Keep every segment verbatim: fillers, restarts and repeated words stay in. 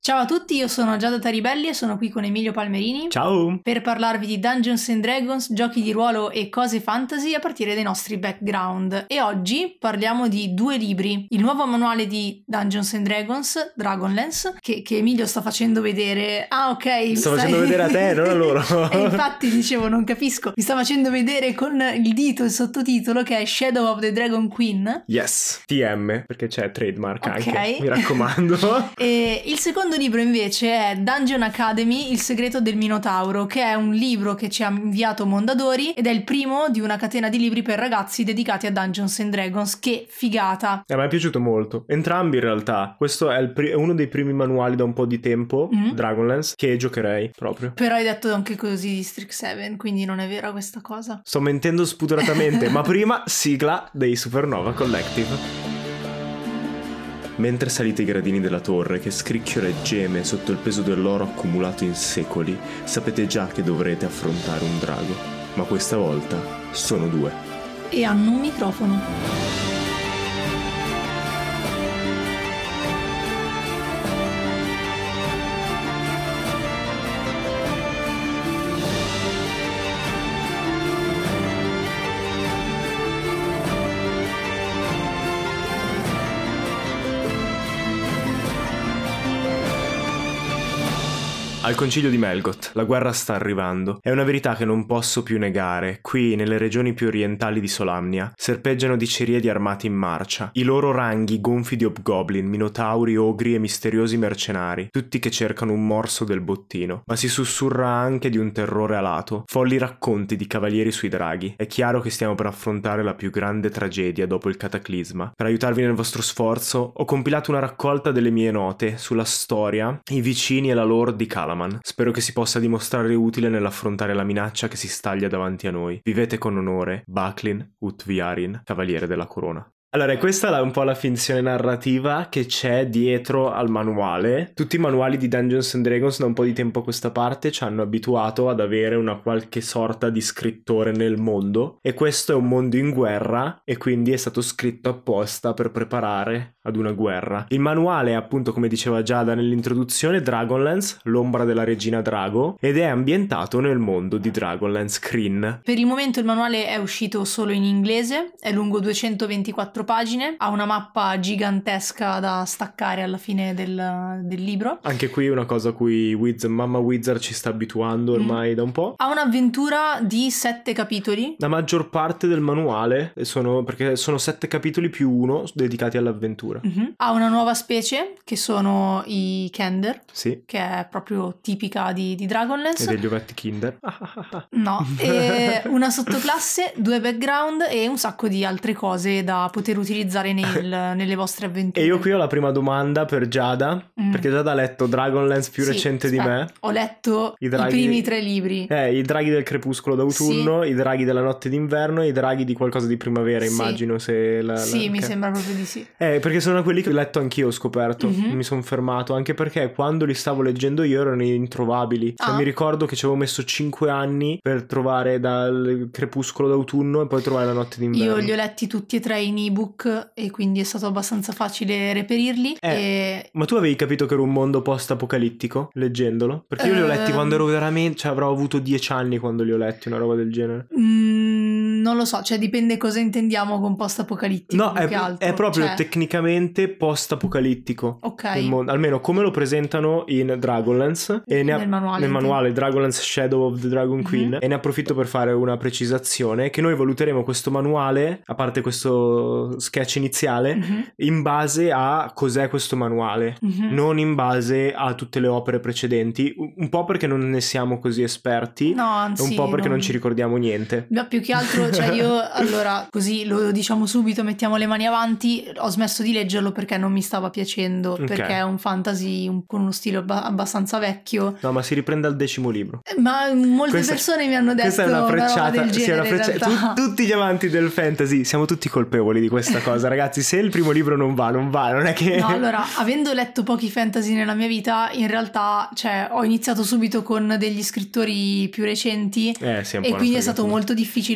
Ciao a tutti, io sono Giada Taribelli e sono qui con Emilio Palmerini. Ciao! Per parlarvi di Dungeons and Dragons, giochi di ruolo e cose fantasy a partire dai nostri background. E oggi parliamo di due libri. Il nuovo manuale di Dungeons and Dragons, Dragonlance, che, che Emilio sta facendo vedere. Ah, ok. Sto stai... facendo vedere a te, non a loro. E infatti dicevo, non capisco. Mi sta facendo vedere con il dito il sottotitolo che è Shadow of the Dragon Queen. Yes, T M, perché c'è trademark Okay. anche, mi raccomando. E il secondo libro invece è Dungeon Academy, il segreto del Minotauro, che è un libro che ci ha inviato Mondadori ed è il primo di una catena di libri per ragazzi dedicati a Dungeons and Dragons. Che figata! A me è piaciuto molto, entrambi in realtà. Questo è, il pri- è uno dei primi manuali da un po' di tempo, Mm. Dragonlance, che giocherei proprio. Però hai detto anche così di Strixhaven, quindi non è vera questa cosa. Sto mentendo spudoratamente, ma prima sigla dei Supernova Collective. Mentre salite i gradini della torre che scricchiola e geme sotto il peso dell'oro accumulato in secoli, sapete già che dovrete affrontare un drago. Ma questa volta sono due. E hanno un microfono. Al concilio di Melgoth, la guerra sta arrivando. È una verità che non posso più negare. Qui, nelle regioni più orientali di Solamnia, serpeggiano dicerie di armati in marcia. I loro ranghi gonfi di hobgoblin, minotauri, ogri e misteriosi mercenari, tutti che cercano un morso del bottino. Ma si sussurra anche di un terrore alato, folli racconti di cavalieri sui draghi. È chiaro che stiamo per affrontare la più grande tragedia dopo il cataclisma. Per aiutarvi nel vostro sforzo, ho compilato una raccolta delle mie note sulla storia, i vicini e la lore di Calaman. Spero che si possa dimostrare utile nell'affrontare la minaccia che si staglia davanti a noi. Vivete con onore, Backlin Utviarin, Cavaliere della Corona. Allora, questa è un po' la finzione narrativa che c'è dietro al manuale. Tutti i manuali di Dungeons and Dragons da un po' di tempo a questa parte ci hanno abituato ad avere una qualche sorta di scrittore nel mondo, e questo è un mondo in guerra e quindi è stato scritto apposta per preparare ad una guerra. Il manuale è, appunto, come diceva Giada nell'introduzione, Dragonlance, l'ombra della regina Drago, ed è ambientato nel mondo di Dragonlance Krynn. Per il momento il manuale è uscito solo in inglese, è lungo duecentoventiquattro pagine, ha una mappa gigantesca da staccare alla fine del, del libro. Anche qui una cosa a cui Wiz- Mamma Wizard ci sta abituando ormai mm. da un po'. Ha un'avventura di sette capitoli. La maggior parte del manuale sono, perché sono sette capitoli più uno dedicati all'avventura. Mm-hmm. Ha una nuova specie che sono i Kender, sì, che è proprio tipica di, di Dragonlance. E degli ovetti Kinder. No, e una sottoclasse, due background e un sacco di altre cose da poter utilizzare nel, nelle vostre avventure. E io qui ho la prima domanda per Giada, mm. perché Giada ha letto Dragonlance più sì, recente aspetta, di me. Ho letto i, draghi... i primi tre libri. Eh, i draghi del crepuscolo d'autunno, sì. I draghi della notte d'inverno e i draghi di qualcosa di primavera, sì. Immagino se la, Sì, la... mi okay. sembra proprio di sì. Eh, perché sono quelli che ho letto anch'io, ho scoperto, mm-hmm. mi sono fermato, anche perché quando li stavo leggendo io erano introvabili. Cioè, ah. mi ricordo che ci avevo messo cinque anni per trovare dal crepuscolo d'autunno e poi trovare la notte d'inverno. Io li ho letti tutti e tre in ebook e quindi è stato abbastanza facile reperirli. Eh, e... Ma tu avevi capito che era un mondo post-apocalittico leggendolo? Perché io li ho letti uh... quando ero veramente, cioè avrò avuto dieci anni quando li ho letti, una roba del genere. Mm, non lo so, cioè dipende cosa intendiamo con post-apocalittico. No, è, che altro. è proprio cioè... tecnicamente post-apocalittico. Ok. Mondo, almeno come lo presentano in Dragonlance. E nel ne ha, manuale. Nel manuale Dragonlance Shadow of the Dragon Queen. Mm-hmm. E ne approfitto per fare una precisazione, che noi valuteremo questo manuale, a parte questo sketch iniziale, mm-hmm. in base a cos'è questo manuale, mm-hmm. non in base a tutte le opere precedenti, un po' perché non ne siamo così esperti, no, anzi, un po' perché non... non ci ricordiamo niente. No, più che altro, cioè io allora così lo diciamo subito, mettiamo le mani avanti, ho smesso di leggerlo perché non mi stava piacendo, okay. Perché è un fantasy un, con uno stile ab- abbastanza vecchio. No, ma si riprende al decimo libro. Ma molte questa, persone mi hanno detto questa è una frecciata, del genere, sì, è una frecciata. Tu, tutti gli amanti del fantasy siamo tutti colpevoli di questa cosa, ragazzi. Se il primo libro non va, non va, non è che... No, allora, avendo letto pochi fantasy nella mia vita, in realtà, cioè, ho iniziato subito con degli scrittori più recenti, eh, sì, e quindi è stato molto difficile leggere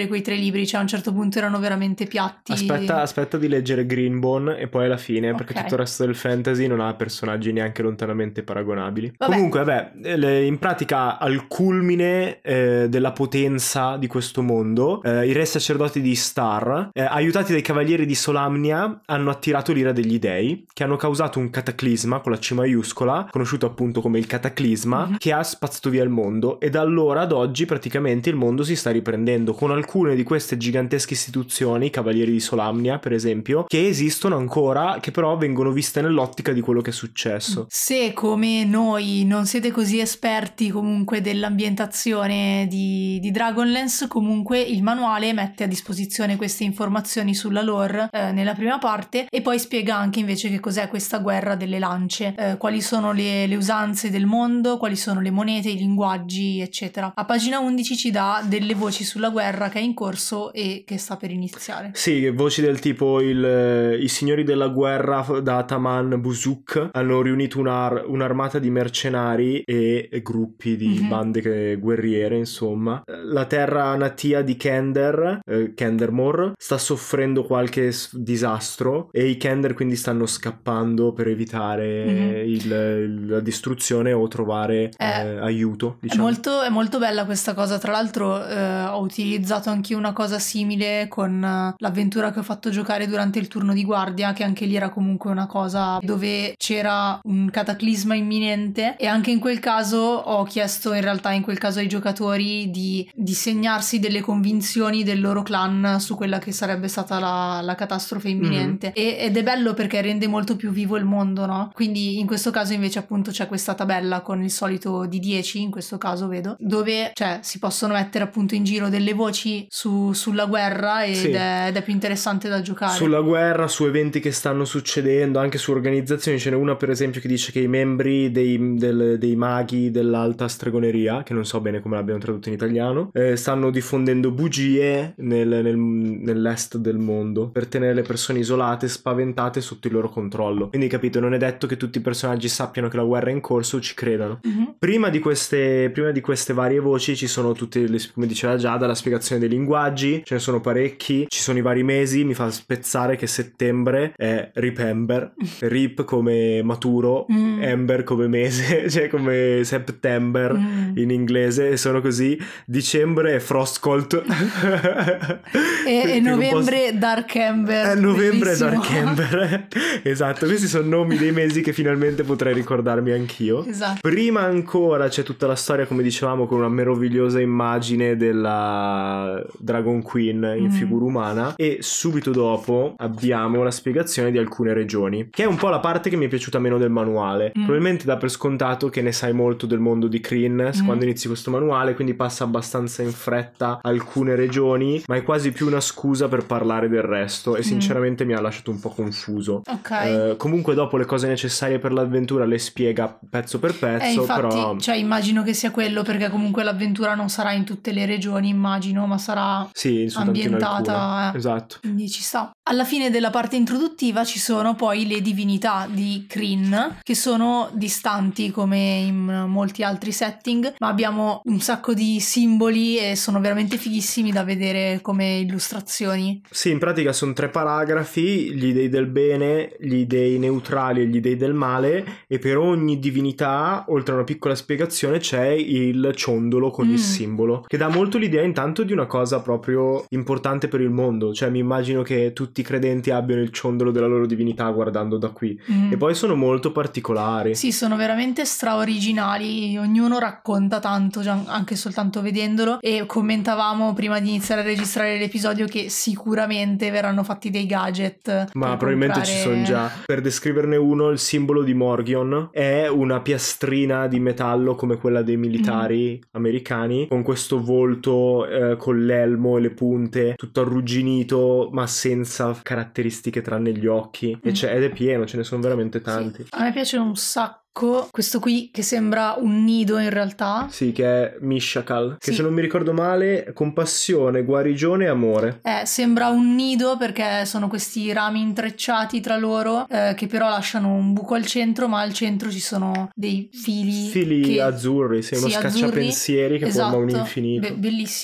quei tre libri, cioè a un certo punto erano veramente piatti. Aspetta, aspetta di leggere Greenbone e poi alla fine, perché Ok. tutto il resto del fantasy non ha personaggi neanche lontanamente paragonabili. Vabbè. Comunque, vabbè, le- in pratica al culmine eh, della potenza di questo mondo, eh, i re sacerdoti di Star, eh, aiutati dai cavalieri di Solamnia, hanno attirato l'ira degli dei, che hanno causato un cataclisma con la C maiuscola, conosciuto appunto come il cataclisma, Mhm. che ha spazzato via il mondo, e da allora ad oggi praticamente il mondo si sta riprendendo, con alcune di queste gigantesche istituzioni, i cavalieri di Solamnia per esempio, che esistono ancora, che però vengono viste nell'ottica di quello che è successo. Se come noi non siete così esperti comunque dell'ambientazione di, di Dragonlance, comunque il manuale mette a disposizione queste informazioni sulla lore eh, nella prima parte, e poi spiega anche invece che cos'è questa guerra delle lance, eh, quali sono le, le usanze del mondo, quali sono le monete, i linguaggi, eccetera. A pagina undici ci dà delle voci sulla guerra che è in corso e che sta per iniziare. Sì, voci del tipo il, i signori della guerra da Taman Buzuk hanno riunito un'ar- un'armata di mercenari e, e gruppi di Mhm. bande che- guerriere, insomma. La terra natia di Kender, eh, Kendermore, sta soffrendo qualche s- disastro e i Kender quindi stanno scappando per evitare Mhm. il- il- la distruzione o trovare Eh, eh, aiuto, È diciamo. molto, è molto bella questa cosa, tra l'altro eh, ho utilizzato anche una cosa simile con eh, l'avventura che ho fatto giocare durante il turno di guardia, che anche lì era comunque una cosa dove c'era un cataclisma imminente, e anche in quel caso ho chiesto in realtà in quel caso ai giocatori di, di segnarsi delle convinzioni del loro clan su quella che sarebbe stata la, la catastrofe imminente. E- ed è bello perché rende molto più vivo il mondo, no? Quindi in questo caso invece appunto c'è questa tabella con il solito di dieci, in questo caso vedo, dove cioè si possono mettere appunto in giro delle voci su- sulla guerra ed, Sì. è, ed è più interessante da giocare. Sulla guerra, su eventi che stanno succedendo, anche su organizzazioni. Ce n'è una per esempio che dice che i membri dei, del- dei maghi dell'alta stregoneria, che non so bene come l'abbiano tradotto in italiano, eh, stanno diffondendo bugie nel- nel- nell'est del mondo per tenere le persone isolate, spaventate sotto il loro controllo. Quindi capito, non è detto che tutti i personaggi sappiano che la guerra è in corso o ci credano. Mhm. Prima di queste, prima di queste varie voci ci sono tutte le, come diceva Giada, la spiegazione dei linguaggi, ce ne sono parecchi, ci sono i vari mesi, mi fa spezzare che settembre è Ripember, Rip come maturo, Mm. Ember come mese, cioè come September Mm. in inglese, e sono così. Dicembre è Frostcolt. E, e Che un po' novembre Dark Ember. eh, novembre è bellissimo. Dark Ember. Esatto, questi sono nomi dei mesi che finalmente potrei ricordarmi anch'io. Esatto. Prima ancora c'è tutta la storia, come dicevamo, con una meravigliosa immagine della Dragon Queen in Mm. figura umana, e subito dopo abbiamo la spiegazione di alcune regioni, che è un po' la parte che mi è piaciuta meno del manuale. Mm. Probabilmente dà per scontato che ne sai molto del mondo di Kryn Mm. quando inizi questo manuale, quindi passa abbastanza in fretta alcune regioni, ma è quasi più una scusa per parlare del resto, e Mm. sinceramente mi ha lasciato un po' confuso. Ok. Eh, comunque dopo le cose necessarie per l'avventura le spiega pezzo per pezzo, Eh, infatti, però cioè, immagino che sia quello, perché comunque l'avventura non sarà in tutte le regioni, immagino, ma sarà sì, soltanto in ambientata, alcune. eh. Esatto. Quindi ci sta. Alla fine della parte introduttiva ci sono poi le divinità di Kryn, che sono distanti come in molti altri setting, ma abbiamo un sacco di simboli e sono veramente fighissimi da vedere come illustrazioni. Sì, in pratica sono tre paragrafi: gli dei del bene, gli dei neutrali e gli dei del male, e per ogni divinità, oltre a una piccola spiegazione, c'è il ciondolo con Mm. il simbolo, che dà molto l'idea intanto di una cosa proprio importante per il mondo. Cioè mi immagino che tutti i credenti abbiano il ciondolo della loro divinità guardando da qui. Mm. E poi sono molto particolari. Sì, sono veramente straoriginali, ognuno racconta tanto già anche soltanto vedendolo, e commentavamo prima di iniziare a registrare l'episodio che sicuramente verranno fatti dei gadget. Ma per probabilmente comprare- ci sono già. Per descriverne uno, il simbolo di Morgion è una piastrina di metallo come quella dei militari Mm. americani, con questo volto eh, con l'elmo e le punte, tutto arrugginito ma senza caratteristiche tranne gli occhi. E Mm. c'è, ed è pieno, ce ne sono veramente tanti. Sì. A me piace un sacco questo qui che sembra un nido in realtà. Sì, che è Mishakal, che Sì. se non mi ricordo male è compassione, guarigione e amore. Eh, sembra un nido perché sono questi rami intrecciati tra loro, eh, che però lasciano un buco al centro, ma al centro ci sono dei fili Fili che- azzurri, sì, uno sì, azzurri. scacciapensieri che Esatto. forma un infinito. Be- bellissimo.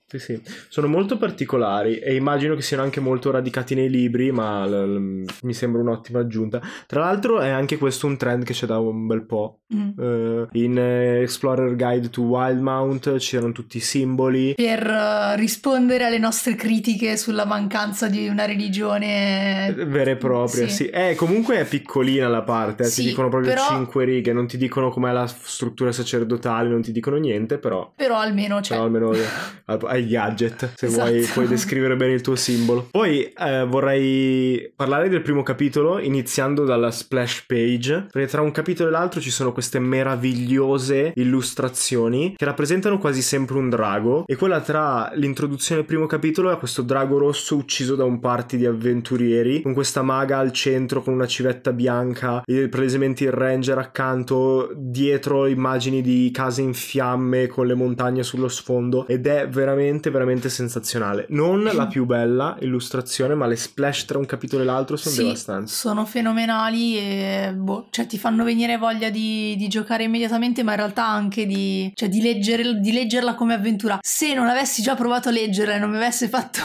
Sì, sì, sono molto particolari e immagino che siano anche molto radicati nei libri, ma l- l- mi sembra un'ottima aggiunta. Tra l'altro è anche questo un trend che c'è da un bel po'. Mm. Uh, in uh, Explorer Guide to Wildmount c'erano tutti i simboli per uh, rispondere alle nostre critiche sulla mancanza di una religione vera e propria. sì, sì. Eh, comunque è piccolina la parte, eh. Sì, ti dicono proprio però... cinque righe, non ti dicono com'è la struttura sacerdotale, non ti dicono niente, però però almeno c'è, però almeno hai gadget, se esatto. vuoi puoi descrivere bene il tuo simbolo. Poi eh, vorrei parlare del primo capitolo iniziando dalla splash page, perché tra un capitolo e l'altro ci sono queste meravigliose illustrazioni che rappresentano quasi sempre un drago, e quella tra l'introduzione del primo capitolo è questo drago rosso ucciso da un party di avventurieri con questa maga al centro con una civetta bianca, palesemente il ranger accanto, dietro immagini di case in fiamme con le montagne sullo sfondo, ed è veramente veramente sensazionale. Non la più bella illustrazione, ma le splash tra un capitolo e l'altro sono sì, devastanti, sono fenomenali e boh, cioè ti fanno venire voglia di, di giocare immediatamente, ma in realtà anche di, cioè, di, leggere, di leggerla come avventura. Se non avessi già provato a leggerla e non mi avesse fatto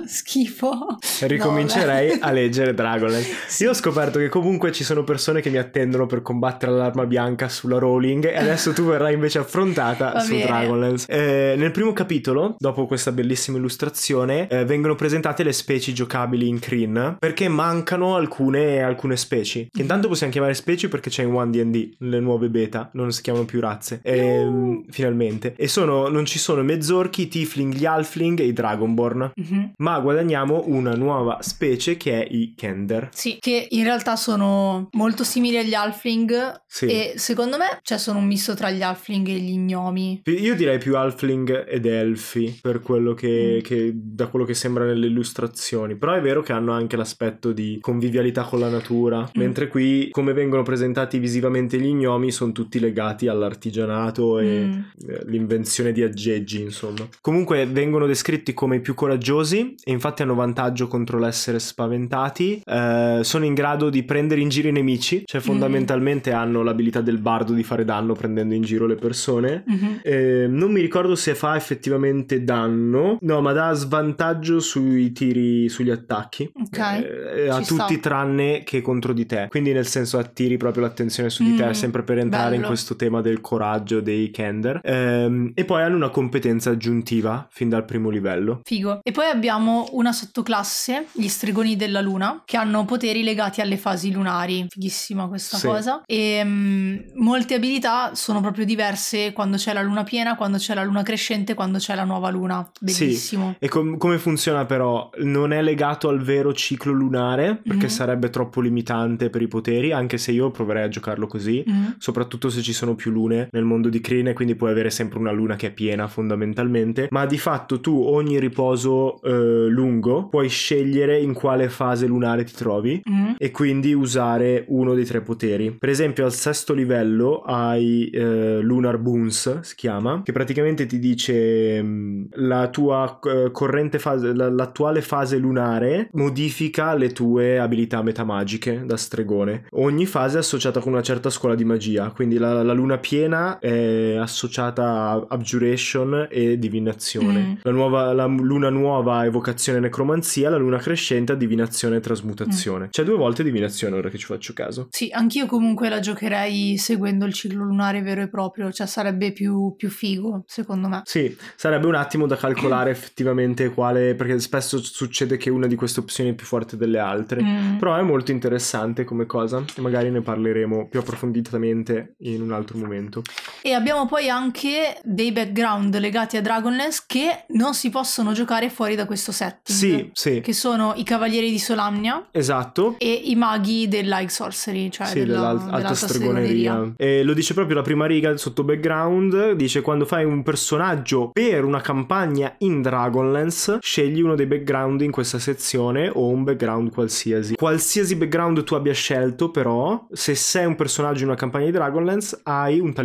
schifo, ricomincerei no, a leggere Dragonlance. Sì. Io ho scoperto che comunque ci sono persone che mi attendono per combattere l'Arma Bianca sulla Rowling, e adesso tu verrai invece affrontata Va su bene. Dragonlance. Eh, nel primo capitolo, dopo questa bellissima illustrazione, eh, vengono presentate le specie giocabili in Krynn, perché mancano alcune, alcune specie, che intanto possiamo chiamare specie perché c'è in One D and D, le nuove beta, non si chiamano più razze, e, no. finalmente. E sono, non ci sono i mezzorchi, i tiefling, gli halfling e i dragonborn, mm-hmm. ma guadagniamo una nuova specie che è i Kender. Sì, che in realtà sono molto simili agli halfling, sì. E secondo me, cioè, sono un misto tra gli halfling e gli gnomi. Io direi più halfling ed elfi, per quello che, mm. che da quello che sembra nelle illustrazioni, però è vero che hanno anche l'aspetto di convivialità con la natura, mm. mentre qui, come vengono presentati visivamente gli gnomi, sono tutti legati all'artigianato e mm. l'invenzione di aggeggi, insomma. Comunque vengono descritti come i più coraggiosi e infatti hanno vantaggio contro l'essere spaventati, eh, sono in grado di prendere in giro i nemici, cioè fondamentalmente mm. hanno l'abilità del bardo di fare danno prendendo in giro le persone. Mm-hmm. Eh, non mi ricordo se fa effettivamente danno, no, ma dà svantaggio sui tiri, sugli attacchi, okay. eh, a Ci tutti sta. tranne che contro di te, quindi nel senso attiri proprio l'attenzione su di mm, te, sempre per entrare bello. in questo tema del coraggio dei Kender. Eh, e poi hanno una competenza aggiuntiva fin dal primo livello. Figo. E poi abbiamo una sottoclasse, gli stregoni della luna, che hanno poteri legati alle fasi lunari. Fighissima questa sì. cosa. E um, molte abilità sono proprio diverse quando c'è la luna piena, quando c'è la luna crescente, quando c'è la nuova luna. Bellissimo. Sì. E com- come funziona però? Non è legato al vero ciclo lunare, perché mm-hmm. sarebbe troppo limitante per i poteri, anche se io proverei a giocarlo così, mm-hmm. soprattutto se ci sono più lune nel mondo di Krynn, e quindi puoi avere sempre una luna che è piena fondamentalmente, ma di fatto tu ogni riposo eh, lungo puoi scegliere in quale fase lunare ti trovi mm-hmm. e quindi usare uno dei tre poteri. Per esempio al sesto livello hai eh, Lunar Boons, si chiama, che praticamente ti dice mh, la tua eh, corrente fase, la, l'attuale fase lunare modifica le tue abilità metamagiche da stregone. Ogni fase è associata con una certa scuola di magia, quindi la, la luna piena è associata a Abjuration e divinazione, mm. la, nuova, la luna nuova a evocazione e necromanzia, la luna crescente a divinazione e trasmutazione. Mm. C'è due volte divinazione, ora che ci faccio caso. Sì, anch'io comunque la giocherei seguendo il ciclo lunare vero e proprio, cioè sarebbe più, più figo secondo me. Sì, sarebbe un attimo da calcolare effettivamente quale, perché spesso succede che una di queste opzioni è più forte delle altre, mm. però è molto interessante come cosa e magari ne parleremo più approfonditamente in un altro momento. E abbiamo poi anche dei background legati a Dragonlance che non si possono giocare fuori da questo setting. Sì, sì. Che sono i Cavalieri di Solamnia. Esatto. E i maghi dell'High Sorcery, cioè sì, della, dell'alta dell'alta stregoneria. stregoneria. E lo dice proprio la prima riga sotto background, dice: quando fai un personaggio per una campagna in Dragonlance, scegli uno dei background in questa sezione o un background qualsiasi. Qualsiasi background tu abbia scelto, però, se sei un personaggio in una campagna di Dragonlance, hai un talento aggiuntivo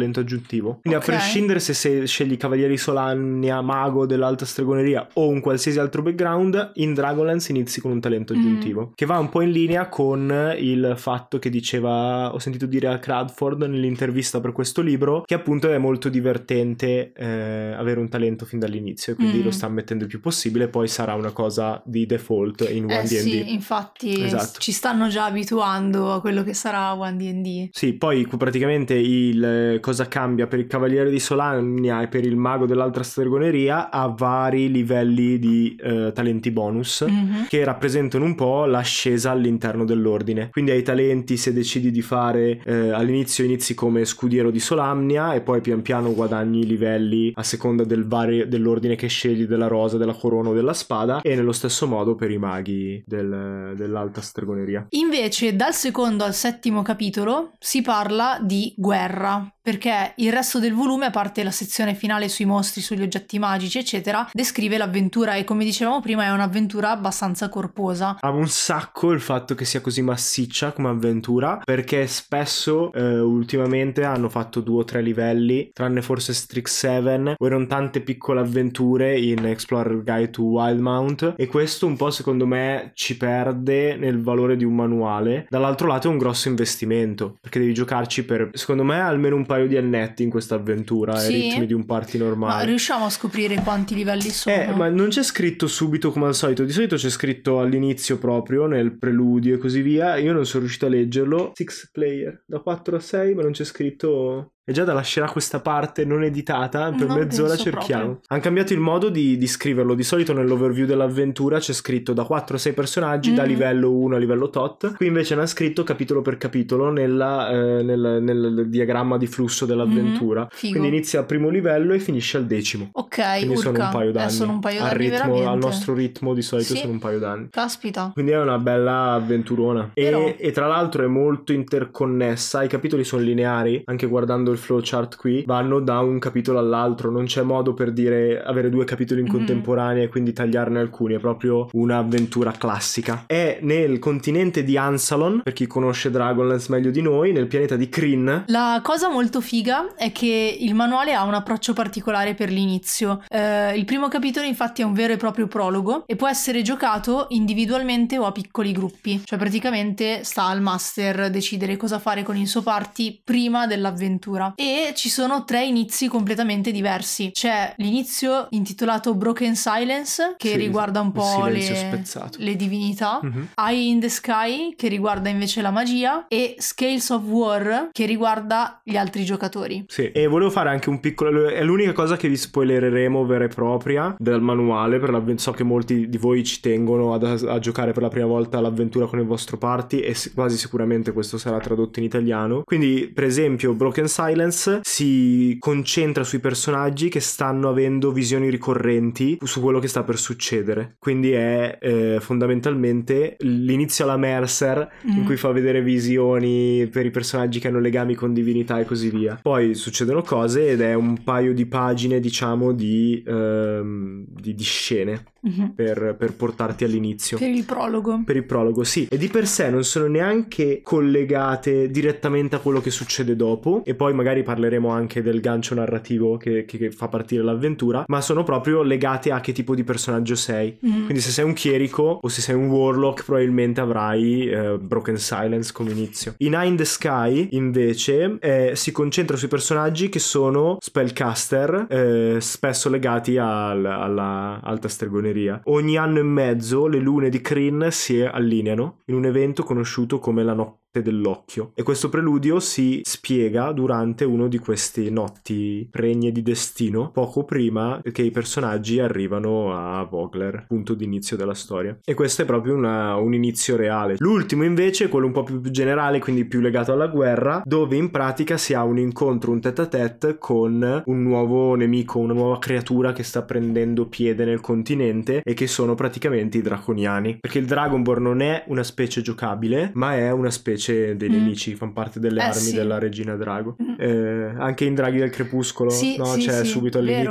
aggiuntivo. Quindi Ok. a prescindere se, se scegli Cavalieri Solamnia, Mago dell'Alta Stregoneria o un qualsiasi altro background, in Dragonlance inizi con un talento aggiuntivo, Mm. che va un po' in linea con il fatto che diceva, ho sentito dire a Cradford nell'intervista per questo libro, che appunto è molto divertente eh, avere un talento fin dall'inizio, e quindi Mm. lo sta mettendo il più possibile, poi sarà una cosa di default in Eh one D and D. sì, infatti Esatto. ci stanno già abituando a quello che sarà one D and D. Sì, poi praticamente il eh, cosa cambia per il Cavaliere di Solamnia e per il Mago dell'Alta Stregoneria, ha vari livelli di eh, talenti bonus Mhm. che rappresentano un po' l'ascesa all'interno dell'ordine. Quindi ai talenti, se decidi di fare eh, all'inizio inizi come scudiero di Solamnia e poi pian piano guadagni livelli a seconda del vario, dell'ordine che scegli, della rosa, della corona o della spada, e nello stesso modo per i maghi del- dell'Alta Stregoneria. Invece dal secondo al settimo capitolo si parla di guerra, perché il resto del volume, a parte la sezione finale sui mostri, sugli oggetti magici eccetera, descrive l'avventura e, come dicevamo prima, è un'avventura abbastanza corposa. Amo un sacco il fatto che sia così massiccia come avventura, perché spesso eh, ultimamente hanno fatto due o tre livelli, tranne forse Strixhaven, o erano tante piccole avventure in Explorer Guide to Wildmount, e questo un po' secondo me ci perde nel valore di un manuale. Dall'altro lato è un grosso investimento, perché devi giocarci per, secondo me, almeno un paio di annetti in questa avventura, Sì. ai ritmi di un party Ma normale. riusciamo a scoprire quanti livelli sono? Eh, ma non c'è scritto subito come al solito. Di solito c'è scritto all'inizio, proprio nel preludio e così via. Io non sono riuscito a leggerlo. Six player, da quattro a sei, ma non c'è scritto. E già da lascerà questa parte non editata, per Non mezz'ora penso cerchiamo. proprio. Hanno cambiato il modo di, di scriverlo. Di solito nell'overview dell'avventura c'è scritto da quattro a sei personaggi, da Mhm. livello uno a livello tot. Qui invece hanno scritto capitolo per capitolo nella, eh, nel, nel diagramma di flusso dell'avventura. Mhm. Figo. Quindi inizia al primo livello e finisce al decimo. Ok, Quindi sono urca. un paio Eh, d'anni. sono un paio al, d'anni ritmo, veramente. al nostro ritmo di solito Sì. sono un paio d'anni. Caspita. Quindi è una bella avventurona. Però- E, e tra l'altro è molto interconnessa. I capitoli sono lineari. Anche guardando il flowchart qui, vanno da un capitolo all'altro. Non c'è modo per dire avere due capitoli in Mhm. contemporanea e quindi tagliarne alcuni. È proprio un'avventura classica. È nel continente di Ansalon, per chi conosce Dragonlance meglio di noi, nel pianeta di Krynn. La cosa molto figa è che il manuale ha un approccio particolare per l'inizio. Eh, il primo capitolo infatti è un vero e proprio prologo e può essere giocato individualmente o a piccoli gruppi. Cioè praticamente sta al master decidere cosa fare con il suo party prima dell'avventura. E ci sono tre inizi completamente diversi. C'è l'inizio intitolato Broken Silence, che Sì, riguarda un il po' silenzio le, spezzato. le divinità. Mhm. Eye in the Sky, che riguarda invece la magia, e Scales of War, che riguarda gli altri giocatori. Sì, e volevo fare anche un piccolo. È l'unica cosa che vi spoilereremo vera e propria del manuale. Per l'avven- so che molti di voi ci tengono ad- a giocare per la prima volta l'avventura con il vostro party, e si- quasi sicuramente questo sarà tradotto in italiano. Quindi, per esempio, Broken Silence si concentra sui personaggi che stanno avendo visioni ricorrenti su quello che sta per succedere. Quindi è eh, fondamentalmente l'inizio alla Mercer, in Mm. cui fa vedere visioni per i personaggi che hanno legami con divinità e così via. Poi succedono cose ed è un paio di pagine, diciamo, di, ehm, di, di scene Mhm. per, per portarti all'inizio. Per il prologo. Per il prologo, sì. E di per sé non sono neanche collegate direttamente a quello che succede dopo, e poi magari parleremo anche del gancio narrativo che, che- che fa partire l'avventura, ma sono proprio legate a che tipo di personaggio sei. Mhm. Quindi se sei un chierico o se sei un warlock probabilmente avrai eh, Broken Silence come inizio. In Eye in the Sky invece eh, si concentra sui personaggi che sono spellcaster, eh, spesso legati al- alla alta stregoneria. Ogni anno e mezzo le lune di Krynn si allineano in un evento conosciuto come la notte dell'occhio, e questo preludio si spiega durante uno di questi notti pregne di destino, poco prima che i personaggi arrivano a Vogler, punto di inizio della storia. E questo è proprio una- un inizio reale. L'ultimo invece è quello un po' più generale, quindi più legato alla guerra, dove in pratica si ha un incontro, un tête à tête con un nuovo nemico, una nuova creatura che sta prendendo piede nel continente, e che sono praticamente i draconiani, perché il Dragonborn non è una specie giocabile, ma è una specie dei Mm. nemici, fanno parte delle Eh, armi sì. della regina drago. Mm. Eh, anche in Draghi del Crepuscolo, Sì, no? sì, C'è sì, subito vero. all'inizio. Ecco,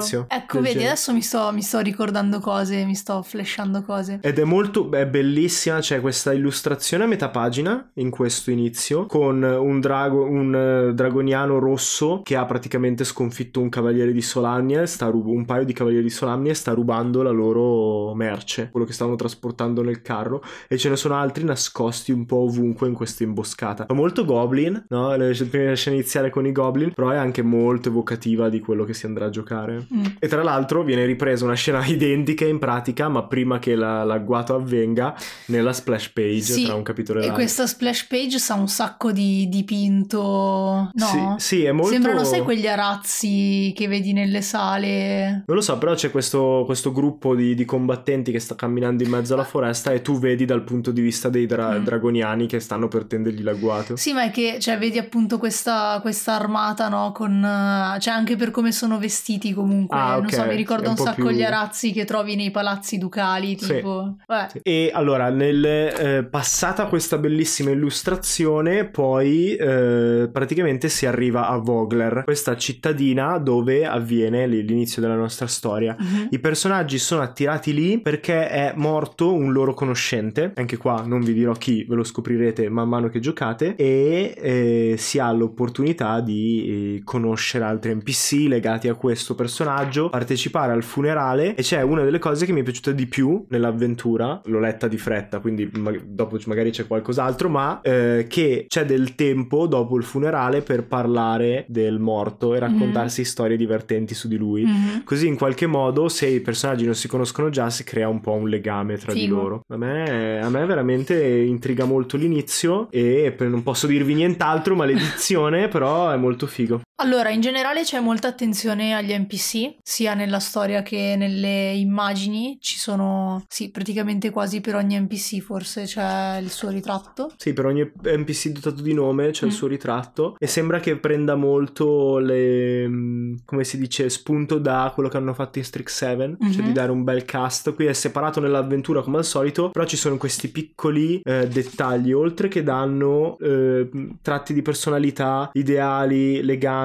ecco, vedi, genere. adesso mi sto, mi sto ricordando cose, mi sto flashando cose. Ed è molto, è bellissima, c'è questa illustrazione a metà pagina in questo inizio, con un drago, un uh, dragoniano rosso che ha praticamente sconfitto un cavaliere di Solamnia, sta rub- un paio di cavalieri di Solamnia e sta rubando la loro merce, quello che stavano trasportando nel carro, e ce ne sono altri nascosti un po' ovunque in questa imboscata. Fa molto Goblin, no? La prima scena iniziale con i Goblin, però è anche molto evocativa di quello che si andrà a giocare. Mm. E tra l'altro viene ripresa una scena identica in pratica, ma prima che la, l'agguato avvenga, nella splash page, sì, tra un capitolo e l'altro. E questa splash page sa un sacco di dipinto, no? Sì, sì, è molto... Sembrano, sai, quegli arazzi che vedi nelle sale. Non lo so, però c'è questo, questo gruppo di, di combattenti che sta camminando in mezzo alla foresta e tu vedi dal punto di vista dei dra- mm. dragoniani che stanno per tendergli l'agguato. Sì, ma è che, cioè, vedi appunto questa, questa armata, no? Con, cioè, anche per come sono vestiti comunque. Ah, okay. Non so, mi ricorda un, un sacco più... gli arazzi che trovi nei palazzi ducali, tipo... Sì. Sì. E allora, nel, eh, passata questa bellissima illustrazione, poi eh, praticamente si arriva a Vogler, questa cittadina dove avviene l'inizio della nostra storia. Uh-huh. I personaggi sono attirati lì perché è morto un loro conoscente, anche qua non vi dirò chi, ve lo scoprirete man mano che giocate, e eh, si ha l'opportunità di eh, conoscere altri N P C legati a questo personaggio, partecipare al funerale, e c'è una delle cose che mi è piaciuta di più nell'avventura, l'ho letta di fretta quindi ma- dopo magari c'è qualcos'altro, ma eh, che c'è del tempo dopo il funerale per parlare del morto e raccontarsi mm-hmm. storie divertenti su di lui, mm-hmm. così in qualche modo, se i personaggi non si conoscono già, si crea un po' un legame tra Figo. di loro. A me, a me veramente intriga molto l'inizio, e non posso dirvi nient'altro, maledizione, però è molto figo. Allora, in generale c'è molta attenzione agli N P C, sia nella storia che nelle immagini. Ci sono, sì, praticamente quasi per ogni N P C forse c'è il suo ritratto. Sì, per ogni N P C dotato di nome c'è mm. il suo ritratto, e sembra che prenda molto le, come si dice, spunto da quello che hanno fatto in Strixhaven, mm-hmm. cioè di dare un bel cast. Qui è separato nell'avventura come al solito, però ci sono questi piccoli eh, dettagli, oltre che danno eh, tratti di personalità, ideali, legami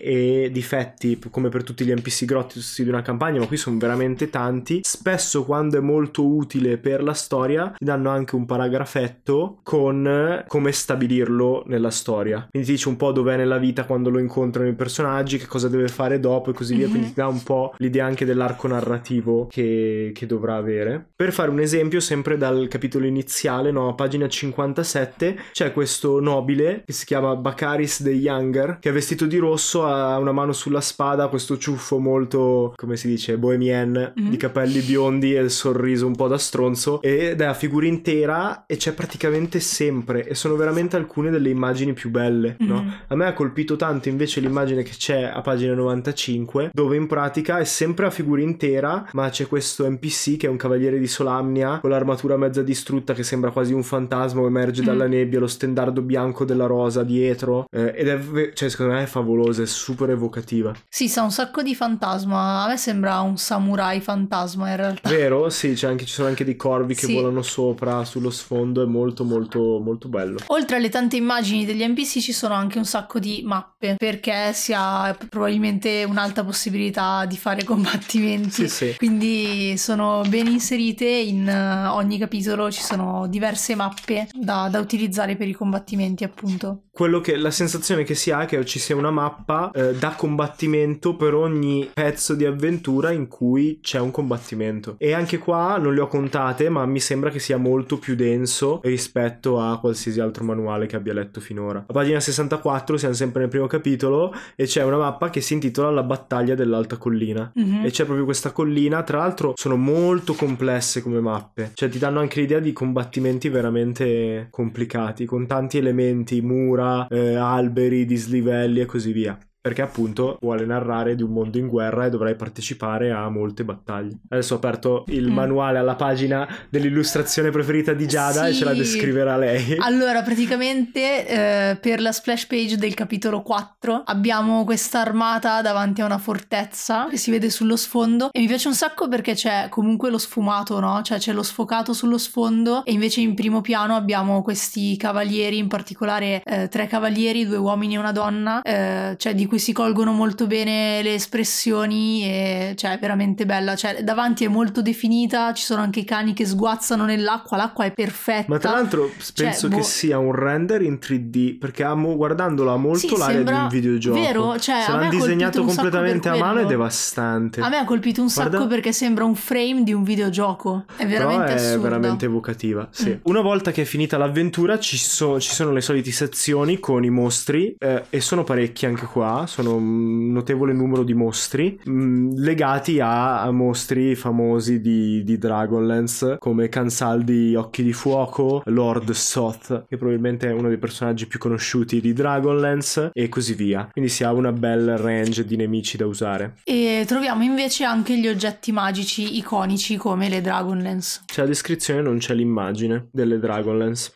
e difetti, come per tutti gli N P C grossi di una campagna, ma qui sono veramente tanti. Spesso, quando è molto utile per la storia, ti danno anche un paragrafetto con come stabilirlo nella storia, quindi ti dice un po' dov'è nella vita quando lo incontrano i personaggi, che cosa deve fare dopo e così via, mm-hmm. quindi ti dà un po' l'idea anche dell'arco narrativo che, che dovrà avere. Per fare un esempio, sempre dal capitolo iniziale, no, a pagina cinquantasette, c'è questo nobile che si chiama Bakaris the Younger, che è vestito di rosso, ha una mano sulla spada, questo ciuffo molto, come si dice, bohemien, mm-hmm. di capelli biondi e il sorriso un po' da stronzo, ed è a figura intera e c'è praticamente sempre, e sono veramente alcune delle immagini più belle, mm-hmm. no? A me ha colpito tanto invece l'immagine che c'è a pagina novantacinque, dove in pratica è sempre a figura intera, ma c'è questo N P C che è un cavaliere di Solamnia con l'armatura mezza distrutta, che sembra quasi un fantasma, emerge mm-hmm. dalla nebbia, lo stendardo bianco della rosa dietro, eh, ed è, cioè secondo me è favoloso, è super evocativa. Sì, sa un sacco di fantasma. A me sembra un samurai fantasma in realtà. Vero? Sì, c'è anche, ci sono anche dei corvi che sì. volano sopra sullo sfondo, è molto molto molto bello. Oltre alle tante immagini degli N P C ci sono anche un sacco di mappe, perché si ha probabilmente un'alta possibilità di fare combattimenti. Sì, sì. Quindi sono ben inserite in uh, ogni capitolo, ci sono diverse mappe da, da utilizzare per i combattimenti, appunto. Quello che la sensazione che si ha è che ci sia una mappa eh, da combattimento per ogni pezzo di avventura in cui c'è un combattimento, e anche qua non le ho contate, ma mi sembra che sia molto più denso rispetto a qualsiasi altro manuale che abbia letto finora. A pagina sessantaquattro siamo sempre nel primo capitolo e c'è una mappa che si intitola La battaglia dell'alta collina, mm-hmm. e c'è proprio questa collina. Tra l'altro sono molto complesse come mappe, cioè ti danno anche l'idea di combattimenti veramente complicati, con tanti elementi, mura, Eh, alberi, dislivelli e così via, perché appunto vuole narrare di un mondo in guerra e dovrai partecipare a molte battaglie. Adesso ho aperto il mm. manuale alla pagina dell'illustrazione preferita di Giada, sì. e ce la descriverà lei. Allora, praticamente eh, per la splash page del capitolo quattro abbiamo questa armata davanti a una fortezza che si vede sullo sfondo, e mi piace un sacco perché c'è comunque lo sfumato, no? Cioè c'è lo sfocato sullo sfondo, e invece in primo piano abbiamo questi cavalieri, in particolare eh, tre cavalieri, due uomini e una donna, eh, cioè di cui si colgono molto bene le espressioni e cioè è veramente bella, cioè davanti è molto definita, ci sono anche i cani che sguazzano nell'acqua, l'acqua è perfetta. Ma tra l'altro penso cioè, che boh... sia un render in tre D, perché amo, guardandola molto sì, l'aria sembra... di un videogioco. Vero? Cioè, se a l'hanno disegnato completamente a mano è quello. devastante. A me ha colpito un Guarda... sacco perché sembra un frame di un videogioco, è veramente Però è assurda. veramente evocativa, sì. Mm. Una volta che è finita l'avventura ci, so, ci sono le solite sezioni con i mostri eh, e sono parecchi anche qua, sono un notevole numero di mostri mh, legati a, a mostri famosi di, di Dragonlance come Cansaldi Occhi di Fuoco, Lord Soth, che probabilmente è uno dei personaggi più conosciuti di Dragonlance, e così via. Quindi si ha una bella range di nemici da usare. E troviamo invece anche gli oggetti magici iconici come le Dragonlance. C'è la descrizione, non c'è l'immagine delle Dragonlance.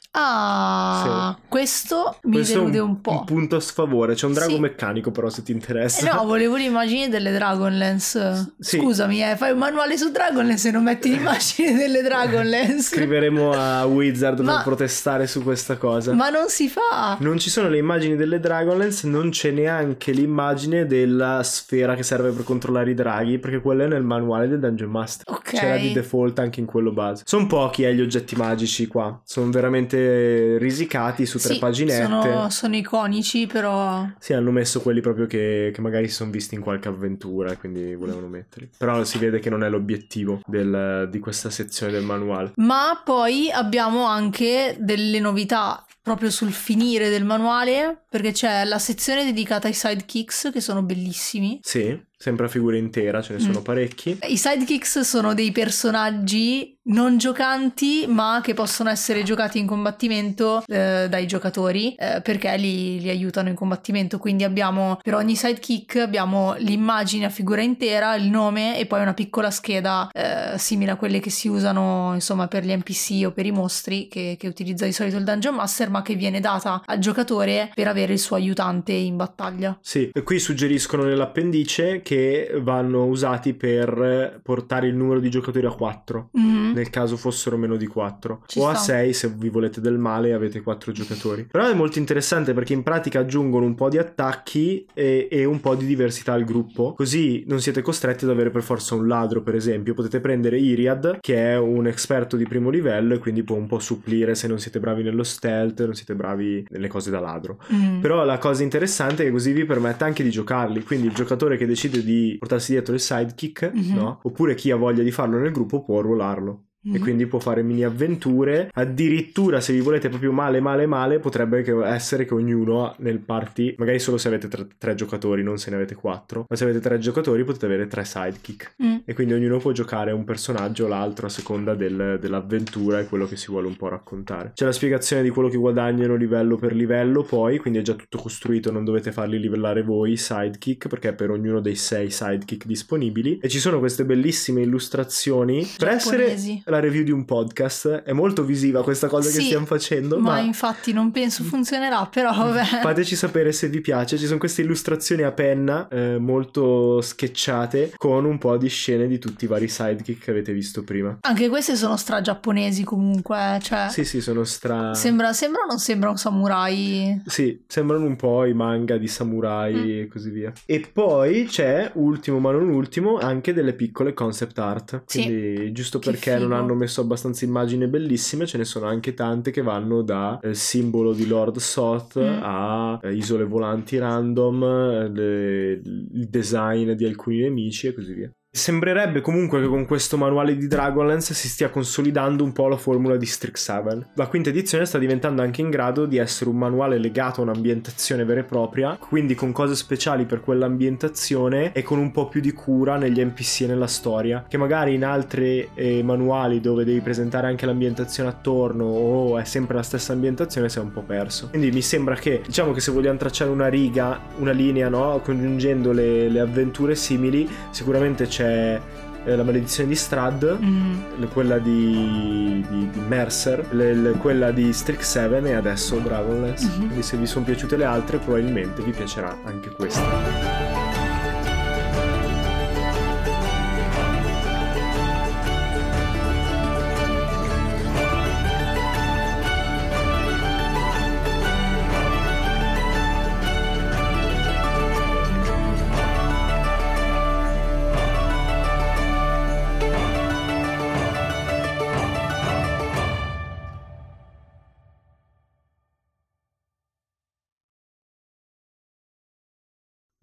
Ah, sì. questo mi questo delude è un, un po'. un punto a sfavore. C'è un drago sì. meccanico, però, se ti interessa. Eh no, volevo l'immagine delle Dragonlance. Sì. Scusami, eh, fai un manuale su Dragonlance e non metti l'immagine delle Dragonlance. Scriveremo a Wizard ma, per protestare su questa cosa. Ma non si fa. Non ci sono le immagini delle Dragonlance, non c'è neanche l'immagine della sfera che serve per controllare i draghi, perché quella è nel manuale del Dungeon Master. Ok. C'era di default anche in quello base. Sono pochi eh, gli oggetti magici qua. Sono veramente risicati su tre sì, paginette. Sono, sono iconici, però. Sì, hanno messo quelli proprio che, che magari si sono visti in qualche avventura e quindi volevano metterli. Però si vede che non è l'obiettivo del, di questa sezione del manuale. Ma poi abbiamo anche delle novità proprio sul finire del manuale, perché c'è la sezione dedicata ai sidekicks che sono bellissimi. Sì, sempre a figura intera, ce ne sono mm. parecchi. I sidekicks sono dei personaggi non giocanti ma che possono essere giocati in combattimento eh, dai giocatori eh, perché li, li aiutano in combattimento. Quindi abbiamo per ogni sidekick abbiamo l'immagine a figura intera, il nome e poi una piccola scheda eh, simile a quelle che si usano insomma per gli N P C o per i mostri che, che utilizza di solito il Dungeon Master, ma che viene data al giocatore per avere il suo aiutante in battaglia. Sì, e qui suggeriscono nell'appendice che vanno usati per portare il numero di giocatori a quattro. Mm-hmm. Nel caso fossero meno di quattro Ci o sta. A sei se vi volete del male e avete quattro giocatori. Però è molto interessante perché in pratica aggiungono un po' di attacchi e, e un po' di diversità al gruppo, così non siete costretti ad avere per forza un ladro. Per esempio potete prendere Iriad, che è un esperto di primo livello e quindi può un po' supplire se non siete bravi nello stealth, non siete bravi nelle cose da ladro. Mm. Però la cosa interessante è che così vi permette anche di giocarli, quindi il giocatore che decide di portarsi dietro il sidekick, mm-hmm. no? Oppure chi ha voglia di farlo nel gruppo può ruolarlo. E quindi può fare mini avventure. Addirittura se vi volete proprio male male male potrebbe essere che ognuno nel party, magari solo se avete tre, tre giocatori, non se ne avete quattro, ma se avete tre giocatori potete avere tre sidekick mm. e quindi ognuno può giocare un personaggio o l'altro a seconda del, dell'avventura e quello che si vuole un po' raccontare. C'è la spiegazione di quello che guadagnano livello per livello poi, quindi è già tutto costruito, non dovete farli livellare voi i sidekick perché è per ognuno dei sei sidekick disponibili. E ci sono queste bellissime illustrazioni per essere la review di un podcast. È molto visiva questa cosa sì, che stiamo facendo, ma, ma infatti non penso funzionerà, però vabbè. Fateci sapere se vi piace. Ci sono queste illustrazioni a penna eh, molto sketchate con un po' di scene di tutti i vari sidekick che avete visto prima. Anche queste sono stra giapponesi comunque, cioè sì sì sono stra sembra, sembra o non sembra un samurai? Sì, sembrano un po' i manga di samurai mm. e così via. E poi c'è, ultimo ma non ultimo, anche delle piccole concept art, quindi sì, giusto perché figo. Non hanno messo abbastanza immagini bellissime, ce ne sono anche tante che vanno da eh, simbolo di Lord Soth mm. a eh, isole volanti random, eh, le, il design di alcuni nemici e così via. Sembrerebbe comunque che con questo manuale di Dragonlance si stia consolidando un po' la formula di Strixhaven. La quinta edizione sta diventando anche in grado di essere un manuale legato a un'ambientazione vera e propria, quindi con cose speciali per quell'ambientazione e con un po' più di cura negli N P C e nella storia, che magari in altri eh, manuali dove devi presentare anche l'ambientazione attorno o è sempre la stessa ambientazione si è un po' perso. Quindi mi sembra che, diciamo che se vogliamo tracciare una riga, una linea, no, congiungendo le, le avventure simili, sicuramente c'è la maledizione di Strahd, mm. quella di, di, di Mercer, le, le, quella di Strixhaven e adesso Dragonlance. Mm-hmm. Quindi se vi sono piaciute le altre probabilmente vi piacerà anche questa.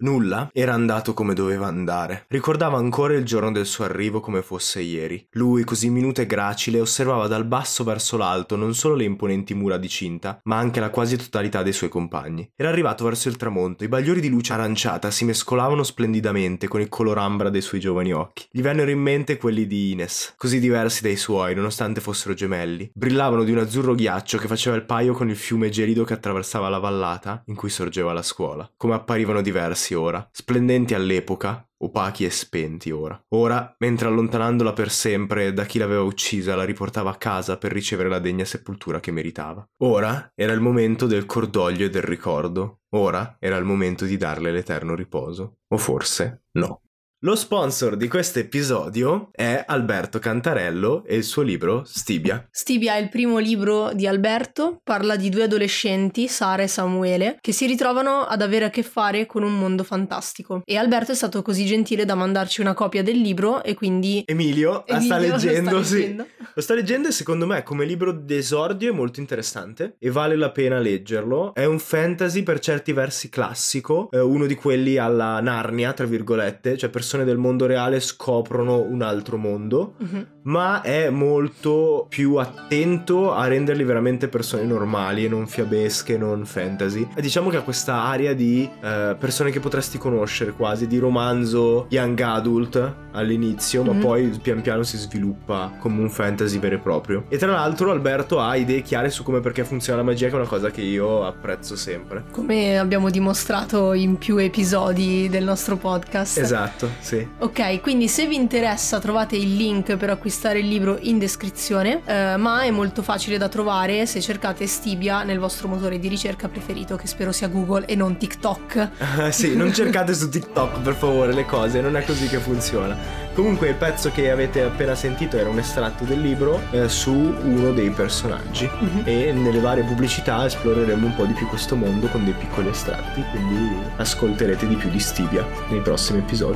Nulla era andato come doveva andare. Ricordava ancora il giorno del suo arrivo come fosse ieri. Lui, così minuto e gracile, osservava dal basso verso l'alto non solo le imponenti mura di cinta, ma anche la quasi totalità dei suoi compagni. Era arrivato verso il tramonto, i bagliori di luce aranciata si mescolavano splendidamente con il color ambra dei suoi giovani occhi. Gli vennero in mente quelli di Ines, così diversi dai suoi, nonostante fossero gemelli. Brillavano di un azzurro ghiaccio che faceva il paio con il fiume gelido che attraversava la vallata in cui sorgeva la scuola. Come apparivano diversi ora, splendenti all'epoca, opachi e spenti ora. Ora, mentre allontanandola per sempre da chi l'aveva uccisa, la riportava a casa per ricevere la degna sepoltura che meritava. Ora era il momento del cordoglio e del ricordo. Ora era il momento di darle l'eterno riposo. O forse no. Lo sponsor di questo episodio è Alberto Cantarello e il suo libro Stibia. Stibia è il primo libro di Alberto, parla di due adolescenti, Sara e Samuele, che si ritrovano ad avere a che fare con un mondo fantastico. E Alberto è stato così gentile da mandarci una copia del libro e quindi... Emilio, la sta Emilio leggendo, lo sta sì. leggendo. Lo sta leggendo e secondo me come libro d'esordio è molto interessante e vale la pena leggerlo. È un fantasy per certi versi classico, eh, uno di quelli alla Narnia, tra virgolette, cioè persone del mondo reale scoprono un altro mondo, uh-huh. ma è molto più attento a renderli veramente persone normali e non fiabesche, non fantasy. E diciamo che ha questa aria di eh, persone che potresti conoscere quasi, di romanzo young adult all'inizio, uh-huh. ma poi pian piano si sviluppa come un fantasy vero e proprio. E tra l'altro Alberto ha idee chiare su come e perché funziona la magia, che è una cosa che io apprezzo sempre. Come abbiamo dimostrato in più episodi del nostro podcast. Esatto. Sì. Ok, quindi se vi interessa trovate il link per acquistare il libro in descrizione, eh, ma è molto facile da trovare se cercate Stibia nel vostro motore di ricerca preferito, che spero sia Google e non TikTok. Uh, sì, non cercate su TikTok per favore le cose, non è così che funziona. Comunque il pezzo che avete appena sentito era un estratto del libro eh, su uno dei personaggi, uh-huh. e nelle varie pubblicità esploreremo un po' di più questo mondo con dei piccoli estratti, quindi ascolterete di più di Stibia nei prossimi episodi.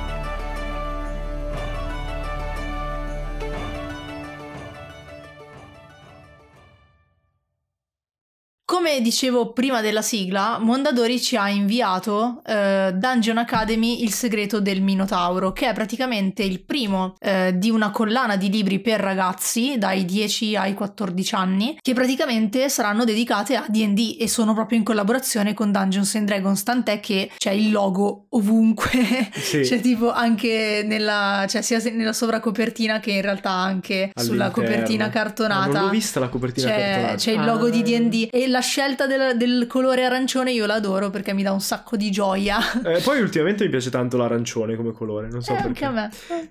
Come dicevo prima della sigla, Mondadori ci ha inviato eh, Dungeon Academy, il segreto del Minotauro, che è praticamente il primo eh, di una collana di libri per ragazzi dai dieci ai quattordici anni, che praticamente saranno dedicate a D and D e sono proprio in collaborazione con Dungeons and Dragons, tant'è che c'è il logo ovunque, sì. C'è tipo anche nella, cioè sia nella sovracopertina che in realtà anche all'interno. Sulla copertina cartonata. Ma non l'ho vista la copertina c'è, cartonata. C'è il logo ah. di D and D e la scelta del, del colore arancione io l'adoro perché mi dà un sacco di gioia. Eh, poi ultimamente mi piace tanto l'arancione come colore, non so eh, perché. Anche a me.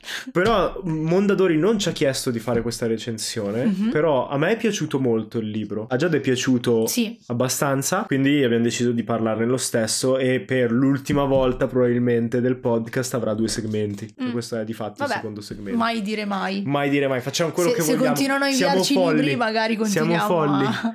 Però Mondadori non ci ha chiesto di fare questa recensione, mm-hmm. però a me è piaciuto molto il libro. A Giada è piaciuto sì. abbastanza, quindi abbiamo deciso di parlarne lo stesso e per l'ultima volta probabilmente del podcast avrà due segmenti. Mm. Questo è di fatto Vabbè, il secondo segmento. Mai dire mai. Mai dire mai, facciamo quello se, che se vogliamo. Se continuano a inviarci libri magari continuiamo. Siamo folli. A...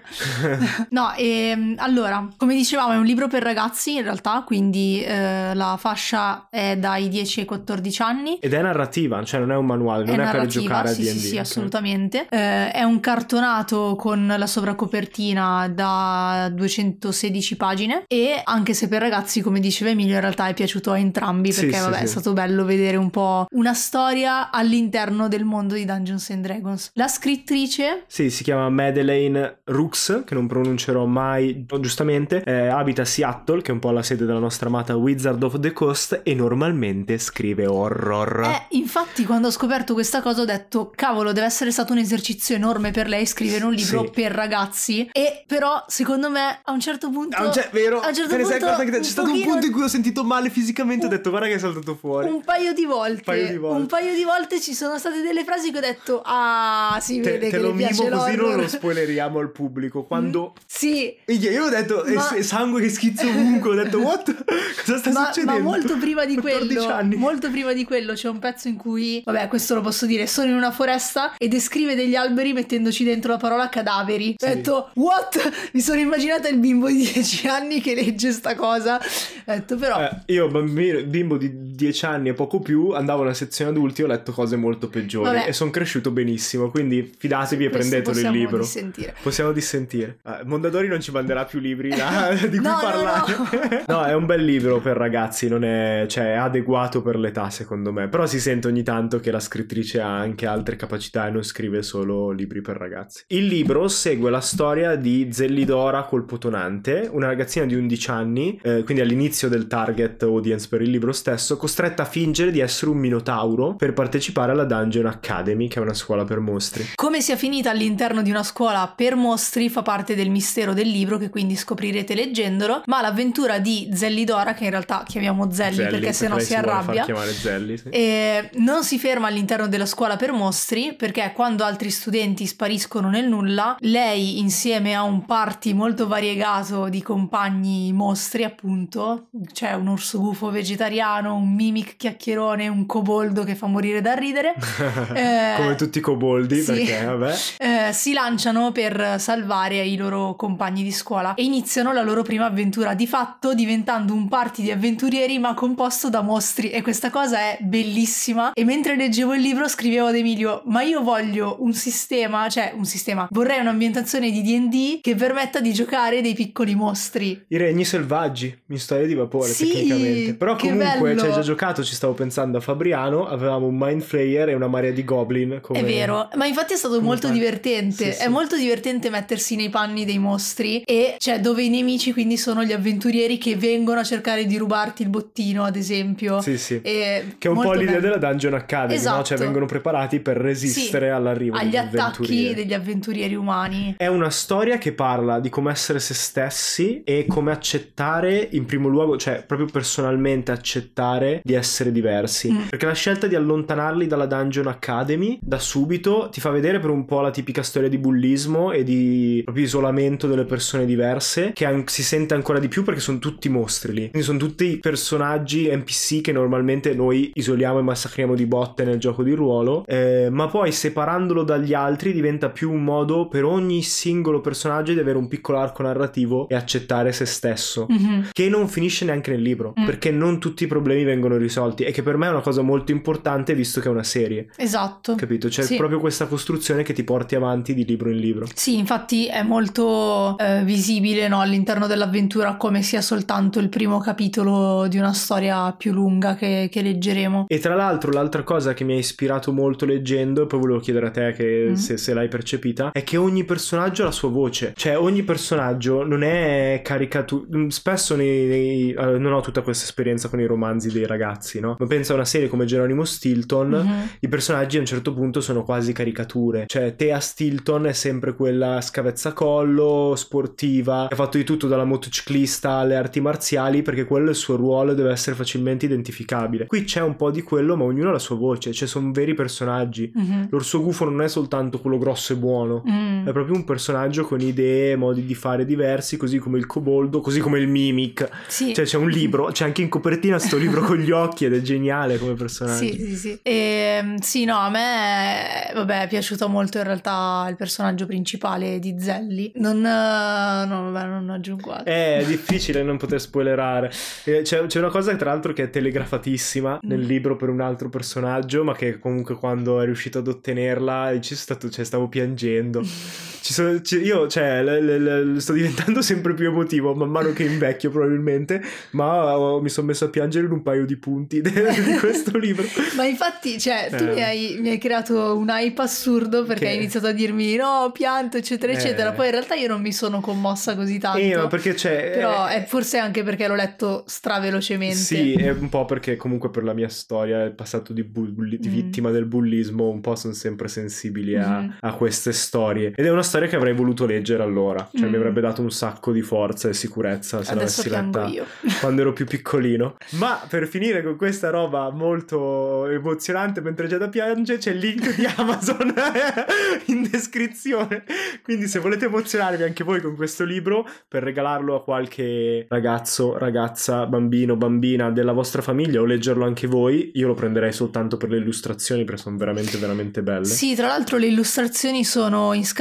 No, e, allora, come dicevamo è un libro per ragazzi in realtà, quindi eh, la fascia è dai dieci ai quattordici anni. Ed è narrativa, cioè non è un manuale, non è, è per giocare sì, a D and D. Sì, sì, assolutamente. Eh, è un cartonato con la sovracopertina da duecentosedici pagine e anche se per ragazzi, come diceva Emilio, in realtà è piaciuto a entrambi perché sì, vabbè sì, è sì. stato bello vedere un po' una storia all'interno del mondo di Dungeons and Dragons. La scrittrice... Sì, si chiama Madeleine Rooks, che non pronuncerò mai giustamente, eh, abita a Seattle, che è un po' la sede della nostra amata Wizard of the Coast, e normalmente scrive horror. Eh, infatti quando ho scoperto questa cosa ho detto, cavolo, deve essere stato un esercizio enorme per lei scrivere un libro sì. per ragazzi, e però secondo me a un certo punto... Ah, cioè, vero, a un certo te ne punto, sei accorta che c'è stato pochino... un punto in cui ho sentito male fisicamente, un... ho detto guarda che è saltato fuori. Un paio di volte, un paio di volte, un paio di volte ci sono state delle frasi che ho detto, ah, si vede te, che te lo le piace mimo così l'horror. Non lo spoileriamo al pubblico, quando... Mm, sì. Io ho detto, ma... è sangue che schizza ovunque, ho detto, what? Cosa sta ma, succedendo? Ma molto prima di quello, anni. molto prima di quello c'è un pezzo in cui, vabbè, questo lo posso dire, sono in una foresta e descrive degli alberi mettendoci dentro la parola cadaveri. Sì. Ho detto, what? Mi sono immaginata il bimbo di dieci anni che legge sta cosa. Ho detto, però... Eh, io, bambino, bimbo di dieci anni e poco più, andavo alla sezione adulti e ho letto cose molto peggiori. Vabbè. E sono cresciuto benissimo, quindi fidatevi e questo prendetelo il libro. Dissentire. Possiamo dissentire. Eh, Mondadori non non ci manderà più libri da, di cui no, parlare. No, no. no, è un bel libro per ragazzi, non è, cioè, è adeguato per l'età secondo me, però si sente ogni tanto che la scrittrice ha anche altre capacità e non scrive solo libri per ragazzi. Il libro segue la storia di Zellidora Colpotonante, una ragazzina di undici anni, eh, quindi all'inizio del target audience per il libro stesso, costretta a fingere di essere un minotauro per partecipare alla Dungeon Academy, che è una scuola per mostri. Come sia finita all'interno di una scuola per mostri fa parte del mistero del libro, che quindi scoprirete leggendolo, ma l'avventura di Zellidora, che in realtà chiamiamo Zelli, Zelli perché sennò si, si arrabbia, chiamare Zelli, sì. E non si ferma all'interno della scuola per mostri, perché quando altri studenti spariscono nel nulla, lei insieme a un party molto variegato di compagni mostri, appunto, c'è un orso gufo vegetariano, un mimic chiacchierone, un coboldo che fa morire da ridere eh, come tutti i coboldi, sì, perché vabbè eh, si lanciano per salvare i loro compagni di scuola e iniziano la loro prima avventura, di fatto diventando un party di avventurieri ma composto da mostri, e questa cosa è bellissima. E mentre leggevo il libro scrivevo ad Emilio: ma io voglio un sistema, cioè un sistema, vorrei un'ambientazione di D and D che permetta di giocare dei piccoli mostri, i regni selvaggi in Storia di Vapore, sì, tecnicamente, però comunque bello. Ci hai già giocato, ci stavo pensando a Fabriano, avevamo un Mind Flayer e una marea di goblin come... È vero, ma infatti è stato molto fare? divertente, sì, è sì. molto divertente mettersi nei panni dei mostri, e cioè dove i nemici quindi sono gli avventurieri che vengono a cercare di rubarti il bottino, ad esempio. Sì, sì. E che è un po' l'idea bello. della Dungeon Academy, esatto. no? Cioè vengono preparati per resistere sì, all'arrivo agli degli attacchi avventurieri. degli avventurieri umani. È una storia che parla di come essere se stessi e come accettare, in primo luogo, cioè proprio personalmente accettare di essere diversi, mm. perché la scelta di allontanarli dalla Dungeon Academy da subito ti fa vedere per un po' la tipica storia di bullismo e di proprio isolamento delle persone diverse, che an- si sente ancora di più perché sono tutti mostri lì, quindi sono tutti personaggi N P C che normalmente noi isoliamo e massacriamo di botte nel gioco di ruolo, eh, ma poi separandolo dagli altri diventa più un modo per ogni singolo personaggio di avere un piccolo arco narrativo e accettare se stesso, mm-hmm. che non finisce neanche nel libro, mm. perché non tutti i problemi vengono risolti, e che per me è una cosa molto importante visto che è una serie. Esatto. Capito? C'è sì. proprio questa costruzione che ti porti avanti di libro in libro. Sì, infatti è molto eh, visibile, no, all'interno dell'avventura come sia soltanto il primo capitolo di una storia più lunga che, che leggeremo. E tra l'altro l'altra cosa che mi ha ispirato molto leggendo, e poi volevo chiedere a te che mm. se, se l'hai percepita, è che ogni personaggio ha la sua voce, cioè ogni personaggio non è caricato. Spesso nei, nei, uh, non ho tutta questa esperienza con i romanzi dei ragazzi, no? Ma penso a una serie come Geronimo Stilton, mm-hmm. i personaggi a un certo punto sono quasi caricature, cioè Thea Stilton è sempre quella scavezzacollo, sportiva, che ha fatto di tutto dalla motociclista alle arti marziali perché quello è il suo ruolo e deve essere facilmente identificabile. Qui c'è un po' di quello, ma ognuno ha la sua voce, cioè sono veri personaggi. Mm-hmm. L'orso gufo non è soltanto quello grosso e buono, mm. è proprio un personaggio con idee, modi di fare diversi, così come il coboldo, così come il mimic. Sì. Cioè c'è un libro, c'è anche in copertina sto libro con gli occhi ed è geniale come personaggio. Sì, sì, sì. E, sì, no, a me vabbè è piaciuto molto in realtà il personaggio principale di Zelli. Non, no, vabbè, non aggiungo altro. È difficile non poter spoilerare. C'è, c'è una cosa tra l'altro che è telegrafatissima nel libro per un altro personaggio, ma che comunque quando è riuscito ad ottenerla ci stato, cioè, stavo piangendo. Ci sono, ci, io cioè le, le, le, sto diventando sempre più emotivo man mano che invecchio probabilmente, ma oh, mi sono messo a piangere in un paio di punti di questo libro. Ma infatti cioè tu eh. mi, hai, mi hai creato un hype assurdo perché che... hai iniziato a dirmi no pianto eccetera eh. eccetera, poi in realtà io non mi sono commossa così tanto, eh, ma perché c'è però è forse anche perché l'ho letto stravelocemente. Sì, è un po' perché comunque per la mia storia il passato di, bulli, di mm. vittima del bullismo un po' sono sempre sensibili a, mm. a queste storie, ed è una storia che avrei voluto leggere allora, cioè mm. mi avrebbe dato un sacco di forza e sicurezza se adesso l'avessi letta io. quando ero più piccolino. Ma per finire con questa roba molto emozionante mentre Giada piange, c'è il link di Amazon in descrizione, quindi se volete emozionarvi anche voi con questo libro per regalarlo a qualche ragazzo, ragazza, bambino, bambina della vostra famiglia o leggerlo anche voi, io lo prenderei soltanto per le illustrazioni perché sono veramente veramente belle. Sì, tra l'altro le illustrazioni sono in scala di grigio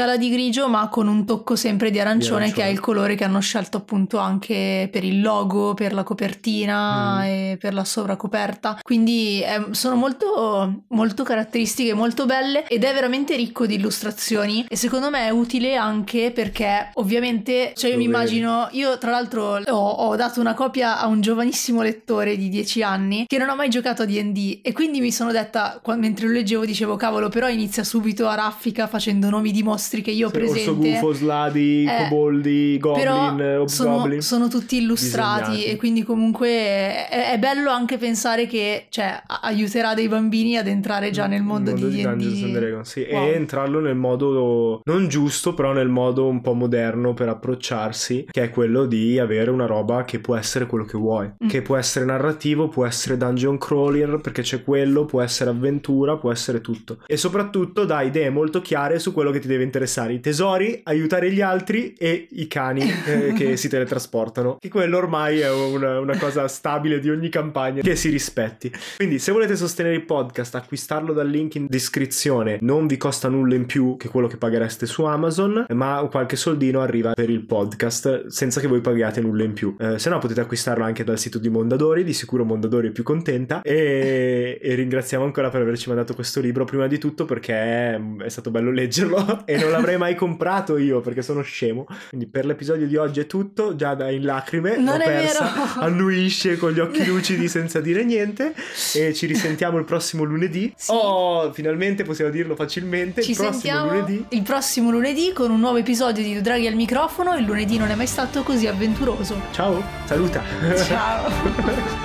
grigio ma con un tocco sempre di arancione, di arancione. che è il colore che hanno scelto appunto anche per il logo, per la copertina mm. e per la sovracoperta, quindi eh, sono molto molto caratteristiche, molto belle, ed è veramente ricco di illustrazioni, e secondo me è utile anche perché ovviamente, cioè io mi immagino, io tra l'altro ho, ho dato una copia a un giovanissimo lettore di dieci anni che non ha mai giocato a D and D, e quindi mi sono detta, mentre lo leggevo dicevo cavolo, però inizia subito a raffica facendo nomi di mostri che io ho sì, presente, orso gufo, sladi, eh, coboldi, goblin, sono, sono tutti illustrati disegnati. E quindi comunque è, è bello anche pensare che, cioè, aiuterà dei bambini ad entrare già nel mondo, mondo di, di Dungeons and Dragons, sì. Wow. E entrarlo nel modo non giusto, però nel modo un po' moderno per approcciarsi, che è quello di avere una roba che può essere quello che vuoi, mm. che può essere narrativo, può essere dungeon crawler, perché c'è quello, può essere avventura, può essere tutto, e soprattutto dà idee molto chiare su quello che ti deve interessare: i tesori, aiutare gli altri e i cani eh, che si teletrasportano, che quello ormai è una, una cosa stabile di ogni campagna che si rispetti. Quindi se volete sostenere il podcast, acquistarlo dal link in descrizione, non vi costa nulla in più che quello che paghereste su Amazon, ma qualche soldino arriva per il podcast senza che voi paghiate nulla in più. Eh, se no potete acquistarlo anche dal sito di Mondadori, di sicuro Mondadori è più contenta, e, e ringraziamo ancora per averci mandato questo libro, prima di tutto perché è, è stato bello leggerlo e non l'avrei mai comprato io perché sono scemo. Quindi per l'episodio di oggi è tutto, già da in lacrime, non l'ho è persa, vero. Annuisce con gli occhi lucidi senza dire niente, e ci risentiamo il prossimo lunedì. Sì. Oh, finalmente possiamo dirlo facilmente. Ci il prossimo sentiamo lunedì. il prossimo lunedì con un nuovo episodio di Due Draghi al microfono. Il lunedì non è mai stato così avventuroso. Ciao, saluta. Ciao.